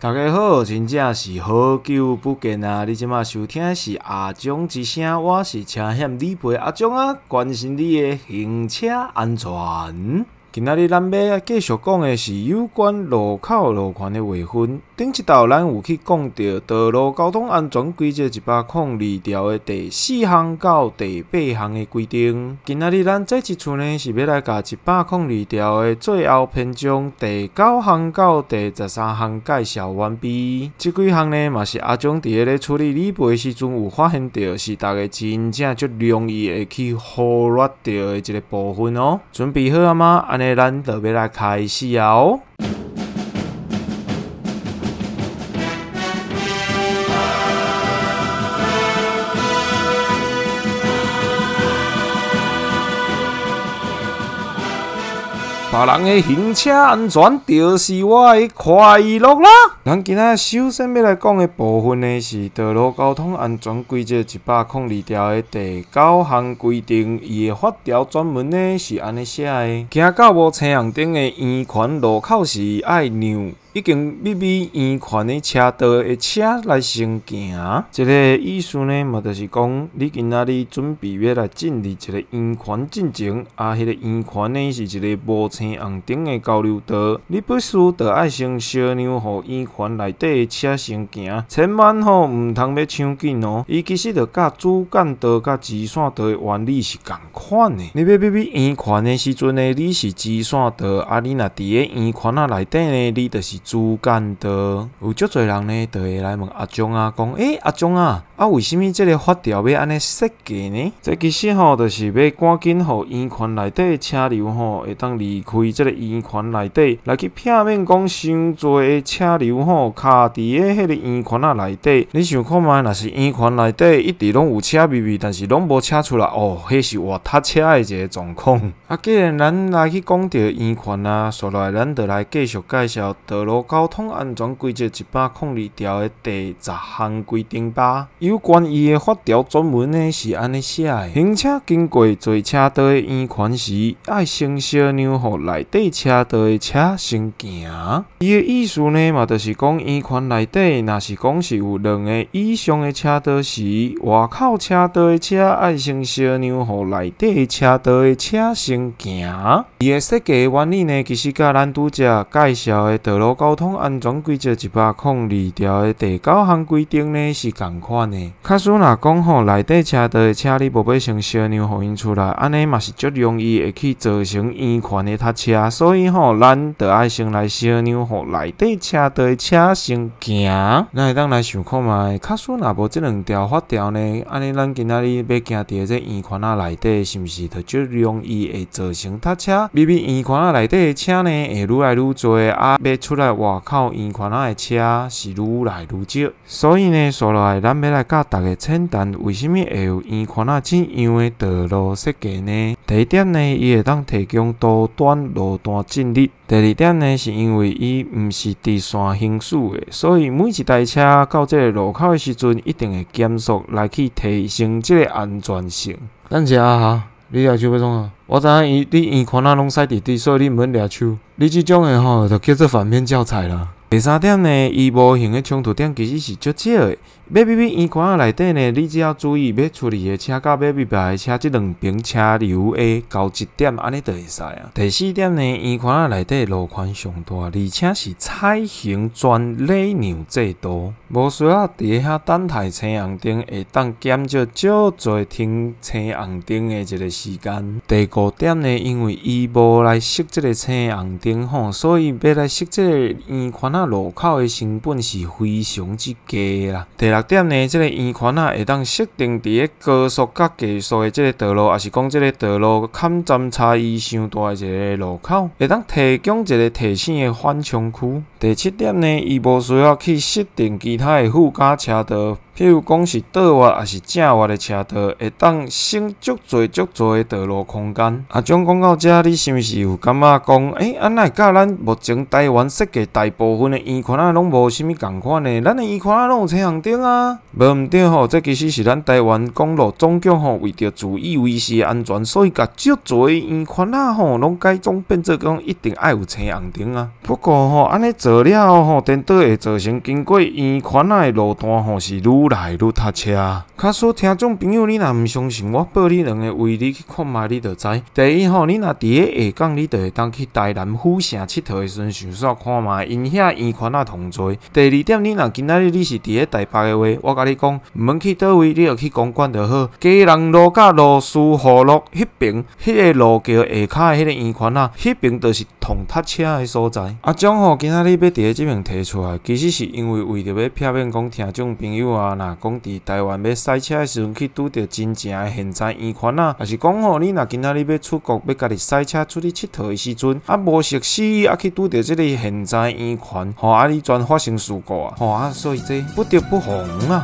大家好，真正是好久不见啊！你即马收听的是阿忠之声，我是车险理赔阿忠啊，关心你的行车安全。今仔日咱要继续讲的是有关路口路权的划分。顶一道咱有去讲到道路交通安全规则102条的第4项到第8项的规定。今仔日咱这一次呢是要来甲102条的最后篇章第9项到第13项介绍完毕。这几项呢嘛是阿忠伫咧处理理赔时阵有发现到是大家真正足容易会去忽略到的一个部分哦。准备好啊吗？安尼咱就要来开始啊哦！别人的行车安全就是我的快乐啦！咱今仔首先要来讲的部分呢，是道路交通安全规则102条的第9项规定，伊的法条专门呢是安尼写的：行到无青红灯的圆圈路口时，爱让已经密闭圆圈的车道的车来先行。这个意思呢，嘛就是讲，你今仔日准备要来进入一个圆圈进前，迄个圆圈呢是一个无青红灯的交流道，你必须得爱先小让互圆圈内底的车先行，千万唔通要抢紧哦。伊其实就甲主干道甲支线道的原理是共款的。你要密闭圆圈的时阵呢，你是支线道，你若伫个圆圈内底呢，你就是主干道。有足侪人呢，就会来问阿忠啊，讲阿忠啊，为什么这个法条要安尼设计呢？这其实就是要赶紧互圆圈内底的车流会当离开这个圆圈内底，来去避免讲伤侪的车流卡伫个迄个圆圈内底。你想看觅，若是圆圈内底一直拢有车密密，但是拢无车出来，迄是活塞车的一个状况。既然咱来去讲到圆圈啊，续来咱就来继续介绍道路交通安全规则102条的第10项规定吧。有关伊的法条专文呢是安尼写的：行车经过最车道的圆圈时，爱先小让互内底车道的车先行。伊的意思呢嘛，就是讲圆圈内底若是讲是有2个以上的车道时，外口车道的车爱先小让互内底车道的车先行。伊的设计原理呢，其实甲咱拄则介绍的道路交通安全规则102条的第9项规定呢是共款的。假使若讲内底车道的车你无要先小让互因出来，安尼嘛是足容易会去造成圆圈的塞车，所以咱就爱先来小让互内底车道的车先行。咱会当来想看觅，假使若无这2条法条呢，安尼咱今仔日要行伫这圆圈内底，是毋是就足容易会造成塞车？明明圆圈内底的车呢会愈来愈多，要出来外口圆圈的车是愈来愈少。所以呢，续来咱要来教大家简单，为什么会有圆圈这样的道路设计呢？第一点呢，伊会当提供多段路段进入。第二点呢，是因为伊毋是直线行驶的，所以每一台车到这个路口的时阵，一定会减速来去提升这个安全性。等一下哈，你抓手要创啊？我知影你圆圈拢驶直直，所以你毋免抓手。你这种的就叫做反面教材啦。第三点呢，伊无形的冲突点其实是足少的。要密闭圆圈内底呢，你只要注意要处理的车甲要密闭的车这2边车流的交集点，安尼就会使啊。第4点呢，圆圈内底路权上大，而且是采行全礼让制度，无需要伫遐等待青红灯，会当减少足侪停青红灯的一个时间。第5点呢，因为伊无来设这个青红灯所以要来设这个圆圈路口的成本是非常之低啦。第6点呢，这个圆圈会当设定伫个高速甲低速的这个道路，也是讲这个道路勘站差异上大的一个路口，会当提供一个提醒的缓冲区。第7点呢，伊无需要去设定其他的附加车道，譬譬如讲是倒弯还是正弯的车道，会当省足多的道路空间。种讲到这，你是毋是有感觉讲，安那甲咱目前台湾设计大部分的圆圈啊，拢无啥物共款呢？咱的圆圈啊，拢有车行灯啊，无毋对吼，这其实是咱台湾公路总局吼，为着注意维系安全，所以甲足多的圆圈啊吼，拢改装变做讲一定爱有车红灯啊。不过吼，安尼做了吼，颠倒会造成经过圆圈啊的路段吼是愈来愈塞车。卡说听众朋友，你若毋相信我报你两个位，你去看卖，你就知。第一吼，你若伫个下港，你就会当去台南府城佚佗的时阵，想煞看卖，因遐圆圈啊同做。第二点，你若今仔日你是伫个台北的话，我甲你讲，毋免去倒位，你就去公馆就好。基隆路甲罗斯福路迄边，迄个路桥下骹的迄个圆圈啊，迄边就是通塞车的所在。种吼，今仔日要伫个即边提出来，其实是因为着要避免讲听众朋友啊，若讲伫台湾要赛车的时阵去拄着真正的现在圆圈啊，还是讲吼，你若今仔日要出国要家己赛车出去佚佗的时阵，无熟悉去拄着即个现在圆圈，你全发生事故啊，所以这不得不防啊。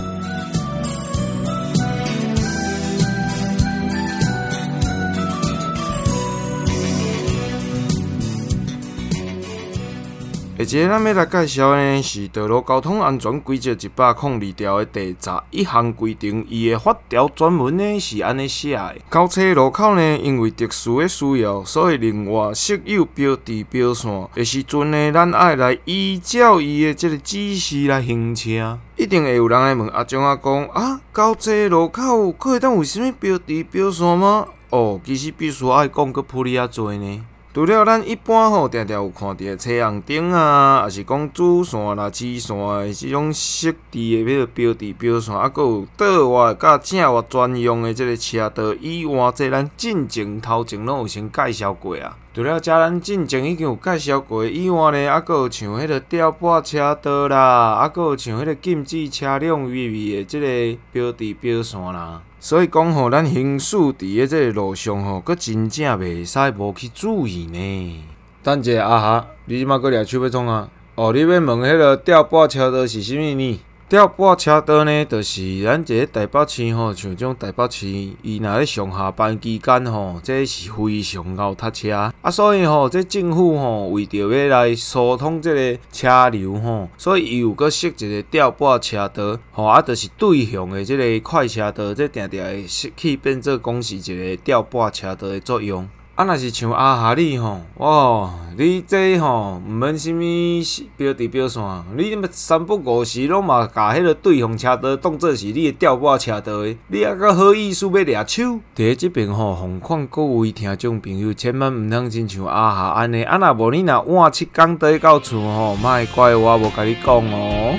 下一个咱要来介绍的是道路交通安全规则102条的第11项规定，伊的法条专门呢是安尼写的：交车路口呢，因为特殊的需要，所以另外设有标志标线的时阵呢，咱爱来依照伊的这个指示来行车。一定会有人来问种讲交车路口可会当有啥物标志标线吗？其实必须爱讲搁普利亚做呢。除了咱一般常常有看到车红灯啊，也是讲主线啦、支线的这种设置的迄个标志标线，搁有倒弯甲正弯专用的这个车道以外，这咱进前头前拢有先介绍过啊。除了这咱进前已经有介绍过以外呢，搁有像迄个吊挂车道啦，搁有像迄个禁止车辆违违的这个标志标线啦。所以讲吼，咱行驶伫个这个路上吼，佫真正袂使无去注意呢。等一下哈，你即马佫掠手要创啊？你要问迄个吊挂车道是啥物呢？吊挂车道呢，就是咱这个台北市吼，像种台北市，伊若咧上下班期间吼，这是非常熬塞车所以吼，这政府吼为着要来疏通这个车流吼，所以伊有搁设一个吊挂车道就是对向的这个快车道，这定定会去变做讲是一个吊挂车道的作用。若是像哈你吼，你这吼毋免啥物标志标线，你三不五时拢嘛甲迄个对向车道当作是你的吊挂车道的，你搁好意思要掠手？伫即边吼，奉劝各位听众朋友，千万毋通亲像安尼，若无你若晚7天倒到厝吼，莫怪我无甲你讲哦。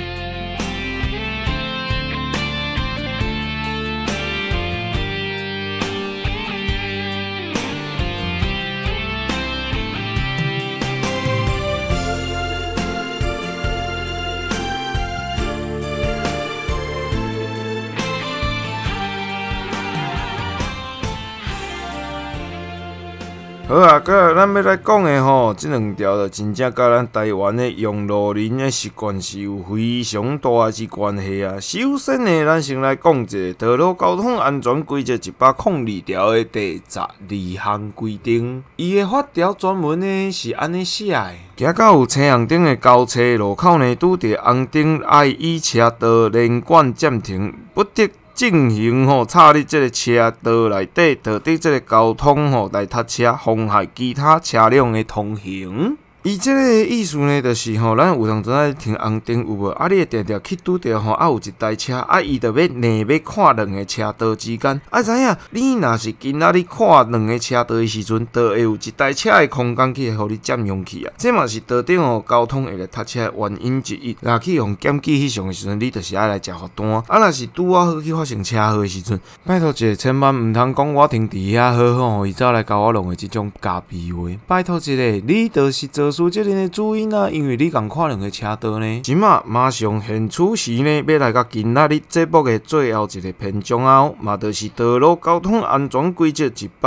好啊，咱要来讲的吼，这两条就真正甲咱台湾的用路人的习惯是有非常大之关系啊。首先呢，咱先来讲一个道路交通安全规则102条的第12项规定，伊的法条专门呢是安尼写的：行到有车红灯的交车路口呢，拄着红灯爱以车道连贯暂停，不得进行插入这个车道内底，导致这个交通来塞车，妨害其他车辆的通行。伊即个意思呢，就是咱有当阵仔停红灯有无？你会定定去拄着有一台车，伊就要硬要看两个车道之间。知影你若是今仔日看两个车道的时阵，就会有一台车的空间去互你占用去啊。这嘛是导致交通会来塞车的原因之一。若去用检举翕相的时阵，你就是爱来食罚单。若是拄好去发生车祸的时阵，拜托一个，千万毋通讲我停伫遐好伊走来甲我弄的即种假逼话。拜托一个，你就是做事责任的主因啊，因为你共看两个车道呢。即马马上现此时呢，要来到今仔日节目的最后一个篇章后，嘛就是道路交通安全规则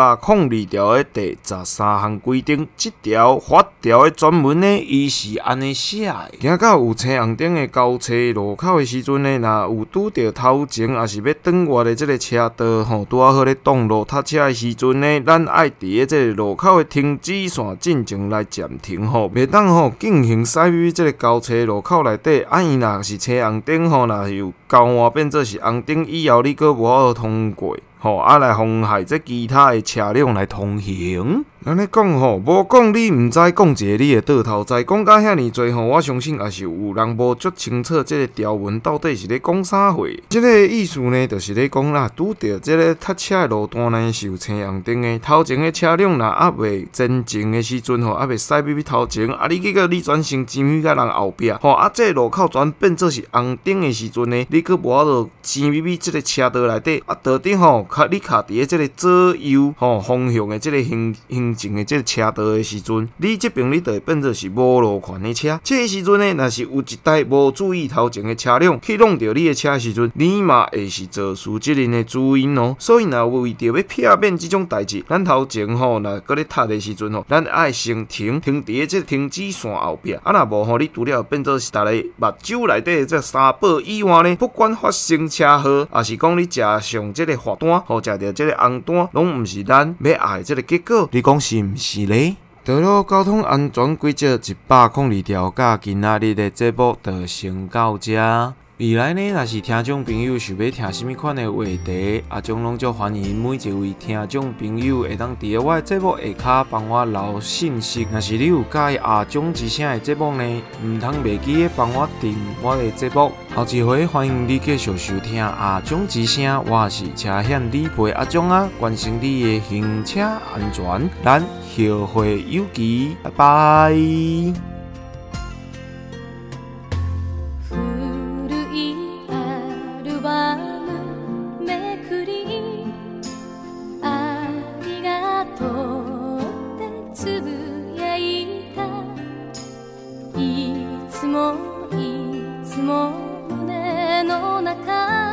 102条的第13项规定。这条法条的专门呢，伊是安尼写的：行到有青红灯的交叉路口的时阵呢，若有拄到头前也是要转弯的这个车道吼，拄好咧挡路踏车的时阵呢，咱爱伫个这个路口的停止线进前来暂停吼，袂当吼进行驶入这个交叉路口内底。啊，伊若是青红灯吼，若有交换变做是红灯以后，你阁无法通过。来妨害这其他的车辆来通行。咱咧讲吼，无讲你毋知，讲一个你会倒头知。讲到遐尼济吼，我相信也是有人无足清楚这个条文到底是咧讲啥货。这个意思呢，就是咧讲啦，拄着这个踏车的路段呢是有青红灯的，头前的车辆若还未前进的时阵吼，还未驶入头前，啊，你结果你转身前去到人后壁，这个路口转变做是红灯的时阵呢，你阁无法度前入这个车道内底，啊，道顶吼。你卡伫个即个左右方向的即个行进的即个车道的时阵，你这边你就会变做是无路权的车。这个时阵呢，若是有一台无注意头前的车辆去弄到你的车的时阵，你嘛会是肇事责任的主因哦。所以若为着要避免这种代志，咱头前若搁咧踏的时阵咱爱先停伫个即个停止线后壁。啊，若无你除了变做是逐个目睭内底的这三宝以外呢，不管发生车祸，还是讲你食上即个罚单。食到这个红单，拢毋是咱要爱这个结果，你讲是毋是咧？道路交通安全规则102条，甲今仔日的节目就先到这。未来呢，若是听众朋友想要听什么款的话题，阿忠拢足欢迎每一位听众朋友会当伫我的节目下骹帮我留信息。若是你有介意阿忠之声的节目呢，唔通袂记得帮我订我的节目。后一回欢迎你继续收听阿忠之声，我是车险理赔阿忠啊，关心你的行车安全，咱后会有期，拜拜。 いつも胸の中